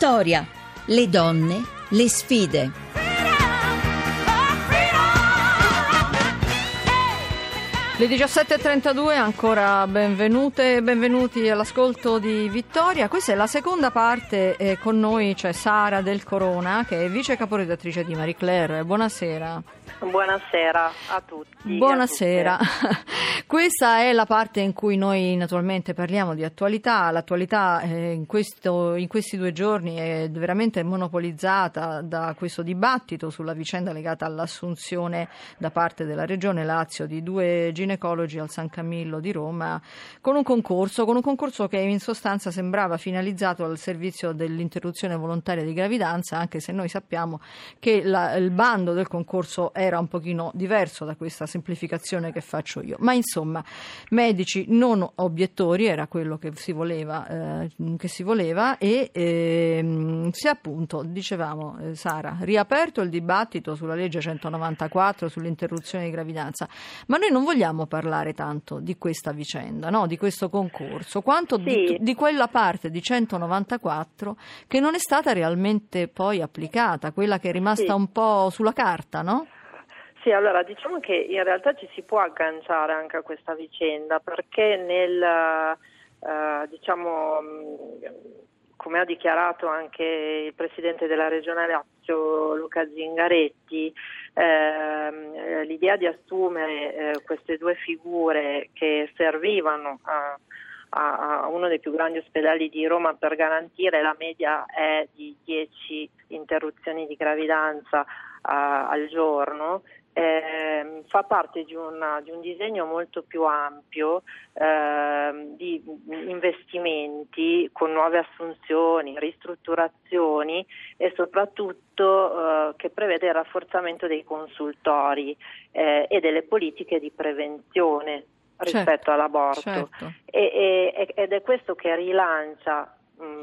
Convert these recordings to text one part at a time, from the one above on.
Vittoria, le donne, le sfide. Le 17.32, ancora benvenute e benvenuti all'ascolto di Vittoria. Questa è la seconda parte, con noi c'è Sara Del Corona, che è vice caporedattrice di Marie Claire. Buonasera. Buonasera a tutti. Buonasera. Questa è la parte in cui noi naturalmente parliamo di attualità. L'attualità in questi 2 giorni è veramente monopolizzata da questo dibattito sulla vicenda legata all'assunzione da parte della Regione Lazio di 2 ginecologi al San Camillo di Roma con un concorso che in sostanza sembrava finalizzato al servizio dell'interruzione volontaria di gravidanza, anche se noi sappiamo che il bando del concorso era un pochino diverso da questa semplificazione che faccio io. Ma insomma, medici non obiettori era quello che si voleva e si è appunto, dicevamo Sara, riaperto il dibattito sulla legge 194 sull'interruzione di gravidanza, ma noi non vogliamo parlare tanto di questa vicenda, no? Di questo concorso, quanto di quella parte di 194 che non è stata realmente poi applicata, quella che è rimasta un po' sulla carta, no? Sì, allora diciamo che in realtà ci si può agganciare anche a questa vicenda, perché come ha dichiarato anche il presidente della Regione Lazio, Luca Zingaretti, l'idea di assumere queste 2 figure che servivano a uno dei più grandi ospedali di Roma per garantire la media è di 10 interruzioni di gravidanza al giorno, fa parte di un disegno molto più ampio di investimenti con nuove assunzioni, ristrutturazioni e soprattutto che prevede il rafforzamento dei consultori e delle politiche di prevenzione rispetto all'aborto. Certo. Ed è questo che rilancia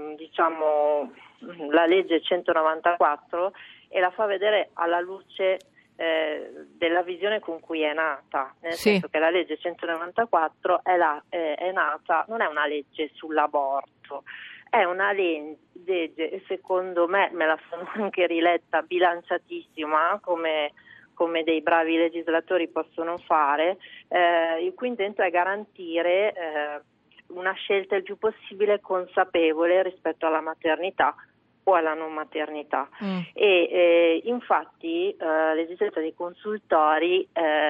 la legge 194 e la fa vedere alla luce della visione con cui è nata, nel senso che la legge 194 è nata, non è una legge sull'aborto, è una legge, e secondo me la sono anche riletta, bilanciatissima, come dei bravi legislatori possono fare, il cui intento è garantire una scelta il più possibile consapevole rispetto alla maternità o alla non maternità. E infatti l'esistenza dei consultori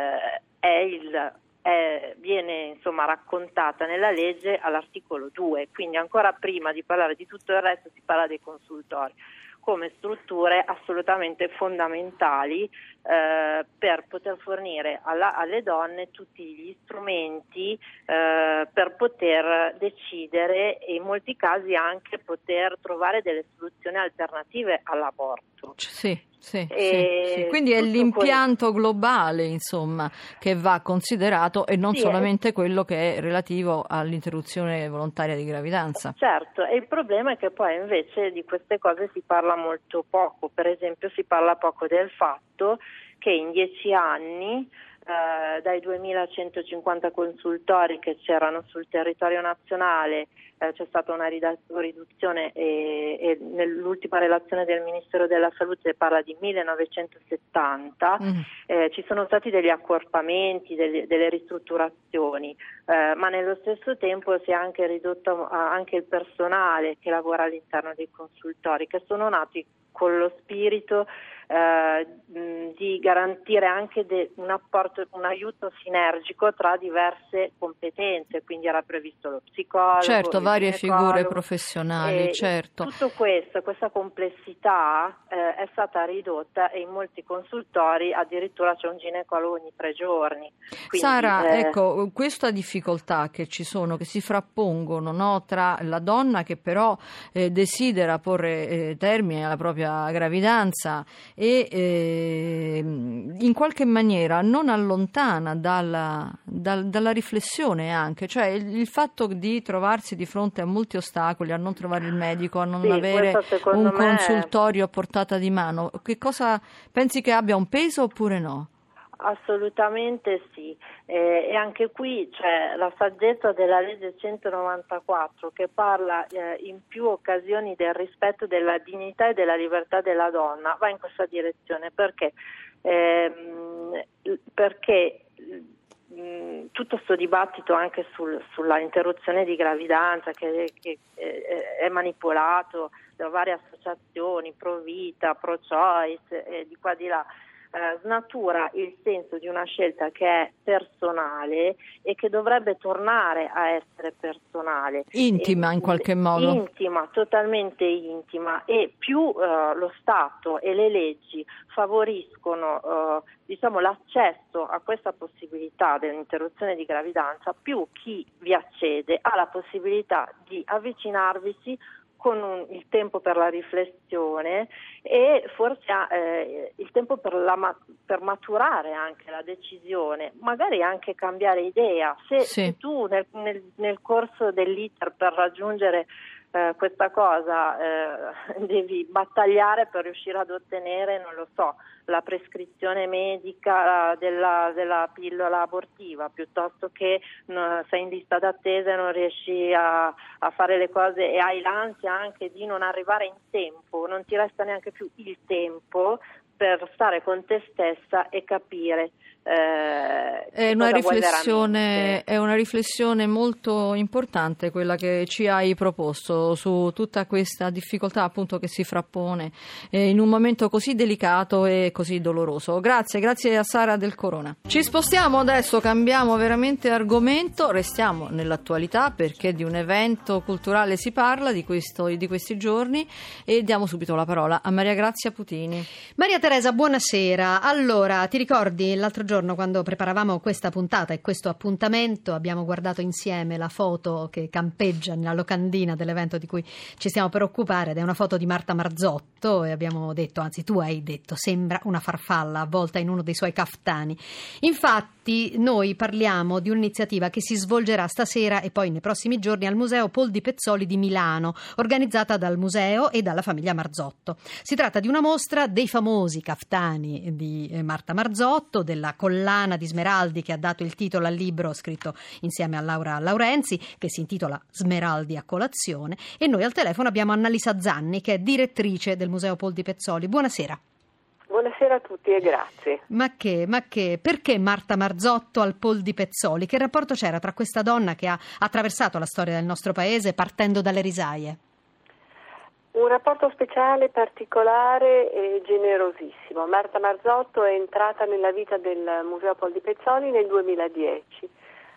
viene raccontata nella legge all'articolo 2, quindi ancora prima di parlare di tutto il resto si parla dei consultori come strutture assolutamente fondamentali per poter fornire alle donne tutti gli strumenti per poter decidere e in molti casi anche poter trovare delle soluzioni alternative all'aborto. Sì. Quindi è l'impianto globale, insomma, che va considerato e non solamente quello che è relativo all'interruzione volontaria di gravidanza. Certo, e il problema è che poi invece di queste cose si parla molto poco. Per esempio si parla poco del fatto che in 10 anni dai 2.150 consultori che c'erano sul territorio nazionale c'è stata una riduzione e nell'ultima relazione del Ministero della Salute parla di 1.970, ci sono stati degli accorpamenti, delle ristrutturazioni, ma nello stesso tempo si è anche ridotto anche il personale che lavora all'interno dei consultori, che sono nati con lo spirito di garantire anche un aiuto sinergico tra diverse competenze, quindi era previsto lo psicologo, certo, varie figure professionali, certo. Tutto questo, questa complessità è stata ridotta e in molti consultori addirittura c'è un ginecologo ogni 3 giorni. Quindi, Sara, ecco, questa difficoltà che ci sono, che si frappongono, no, tra la donna che però desidera porre termine alla propria gravidanza e in qualche maniera non allontana dalla riflessione anche, cioè il fatto di trovarsi di fronte a molti ostacoli, a non trovare il medico, a non avere un consultorio a portata di mano. Che cosa pensi che abbia un peso oppure no? Assolutamente sì, e anche qui c'è la saggezza della legge 194 che parla in più occasioni del rispetto della dignità e della libertà della donna, va in questa direzione perché tutto questo dibattito anche sulla interruzione di gravidanza che è manipolato da varie associazioni, pro vita, pro choice, di qua di là, snatura il senso di una scelta che è personale e che dovrebbe tornare a essere personale. Intima in qualche modo. Intima, totalmente intima, e più lo Stato e le leggi favoriscono l'accesso a questa possibilità dell'interruzione di gravidanza, più chi vi accede ha la possibilità di avvicinarvisi con il tempo per la riflessione e forse il tempo per maturare anche la decisione, magari anche cambiare idea. Se tu nel corso dell'iter per raggiungere questa cosa devi battagliare per riuscire ad ottenere, non lo so, la prescrizione medica della pillola abortiva, piuttosto che sei in lista d'attesa e non riesci a fare le cose e hai l'ansia anche di non arrivare in tempo, non ti resta neanche più il tempo per stare con te stessa e capire è una riflessione molto importante quella che ci hai proposto su tutta questa difficoltà appunto che si frappone in un momento così delicato e così doloroso. Grazie a Sara Del Corona. Ci spostiamo adesso, cambiamo veramente argomento, restiamo nell'attualità perché di un evento culturale si parla di questi giorni e diamo subito la parola a Maria Grazia Putini. Maria Teresa, buonasera. Allora, ti ricordi l'altro giorno quando preparavamo questa puntata e questo appuntamento abbiamo guardato insieme la foto che campeggia nella locandina dell'evento di cui ci stiamo per occupare, ed è una foto di Marta Marzotto, e abbiamo detto, anzi tu hai detto, sembra una farfalla avvolta in uno dei suoi caftani. Infatti noi parliamo di un'iniziativa che si svolgerà stasera e poi nei prossimi giorni al Museo Paul di Pezzoli di Milano, organizzata dal museo e dalla famiglia Marzotto. Si tratta di una mostra dei famosi caftani di Marta Marzotto, della collana di Smeraldi che ha dato il titolo al libro scritto insieme a Laura Laurenzi, che si intitola Smeraldi a colazione, e noi al telefono abbiamo Annalisa Zanni, che è direttrice del Museo Paul di Pezzoli. Buonasera. Buonasera a tutti e grazie. Ma perché Marta Marzotto al Paul di Pezzoli? Che rapporto c'era tra questa donna che ha attraversato la storia del nostro paese partendo dalle risaie? Un rapporto speciale, particolare e generosissimo. Marta Marzotto è entrata nella vita del Museo Paul di Pezzoli nel 2010,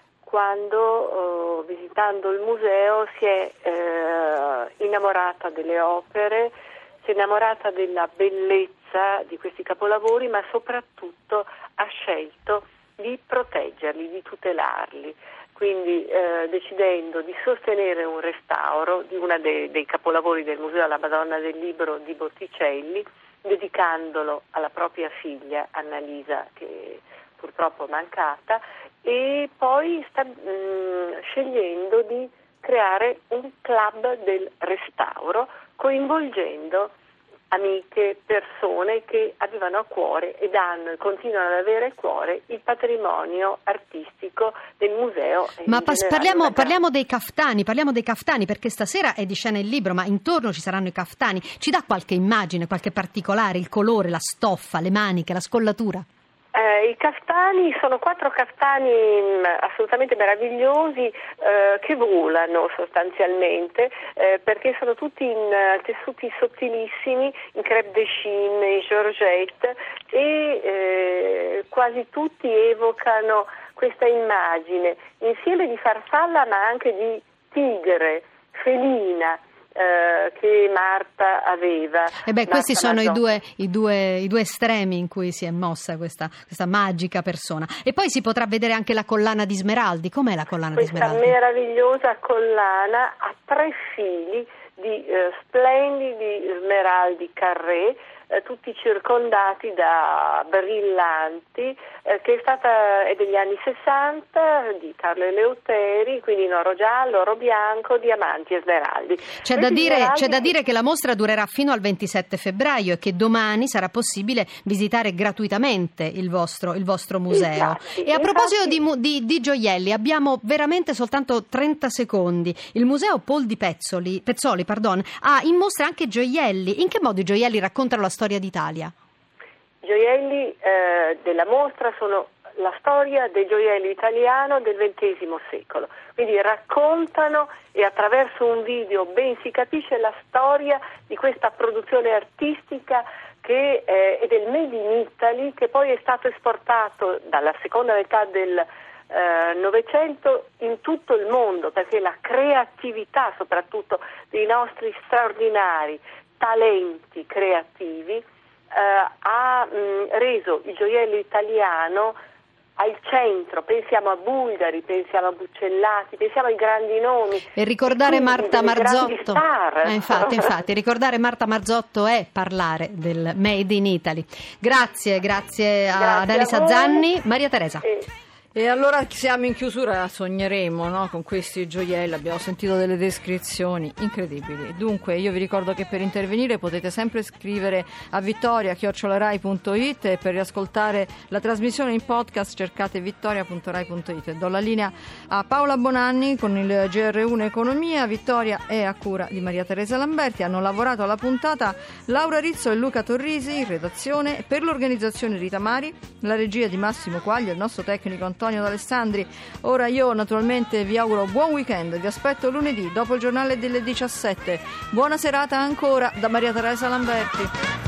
quando visitando il museo si è innamorata delle opere, si è innamorata della bellezza di questi capolavori, ma soprattutto ha scelto di proteggerli, di tutelarli. Quindi decidendo di sostenere un restauro di uno dei capolavori del museo, la Madonna del Libro di Botticelli, dedicandolo alla propria figlia Annalisa, che purtroppo è mancata, e poi sta scegliendo di creare un club del restauro, coinvolgendo amiche, persone che avevano a cuore ed hanno e continuano ad avere a cuore il patrimonio artistico del museo. Ma parliamo dei caftani, perché stasera è di scena il libro, ma intorno ci saranno i caftani. Ci dà qualche immagine, qualche particolare, il colore, la stoffa, le maniche, la scollatura? I caftani sono 4 caftani assolutamente meravigliosi che volano sostanzialmente perché sono tutti in tessuti sottilissimi, in crêpe de Chine, in georgette, e quasi tutti evocano questa immagine insieme di farfalla ma anche di tigre, felina, che Marta aveva. Questi sono i due estremi in cui si è mossa questa magica persona. E poi si potrà vedere anche la collana di Smeraldi. Com'è la collana di Smeraldi? Questa meravigliosa collana a 3 fili di splendidi smeraldi carré, tutti circondati da brillanti, che è degli anni 60, di Carlo Eleuteri, quindi in oro giallo, oro bianco, diamanti e smeraldi. C'è da dire che la mostra durerà fino al 27 febbraio e che domani sarà possibile visitare gratuitamente il vostro museo. E a proposito di gioielli, abbiamo veramente soltanto 30 secondi. Il museo Paul di Pezzoli, ha in mostra anche gioielli. In che modo i gioielli raccontano la storia d'Italia? I gioielli della mostra sono la storia dei gioielli italiano del XX secolo, quindi raccontano, e attraverso un video ben si capisce la storia di questa produzione artistica che è del Made in Italy, che poi è stato esportato dalla seconda metà del Novecento in tutto il mondo, perché la creatività soprattutto dei nostri straordinari talenti creativi ha reso il gioiello italiano al centro. Pensiamo a Bulgari, pensiamo a Buccellati, pensiamo ai grandi nomi. E ricordare Marta Marzotto. Infatti, ricordare Marta Marzotto è parlare del Made in Italy. Grazie ad Elisa Zanni. Maria Teresa. E allora siamo in chiusura, sogneremo, no? Con questi gioielli, abbiamo sentito delle descrizioni incredibili. Dunque io vi ricordo che per intervenire potete sempre scrivere a vittoria@rai.it e per riascoltare la trasmissione in podcast cercate vittoria.rai.it. Do la linea a Paola Bonanni con il GR1 Economia. Vittoria è a cura di Maria Teresa Lamberti. Hanno lavorato alla puntata Laura Rizzo e Luca Torrisi in redazione, per l'organizzazione Rita Mari, la regia di Massimo Quaglio, il nostro tecnico Antonio D'Alessandri. Ora io naturalmente vi auguro buon weekend, vi aspetto lunedì dopo il giornale delle 17. Buona serata ancora da Maria Teresa Lamberti.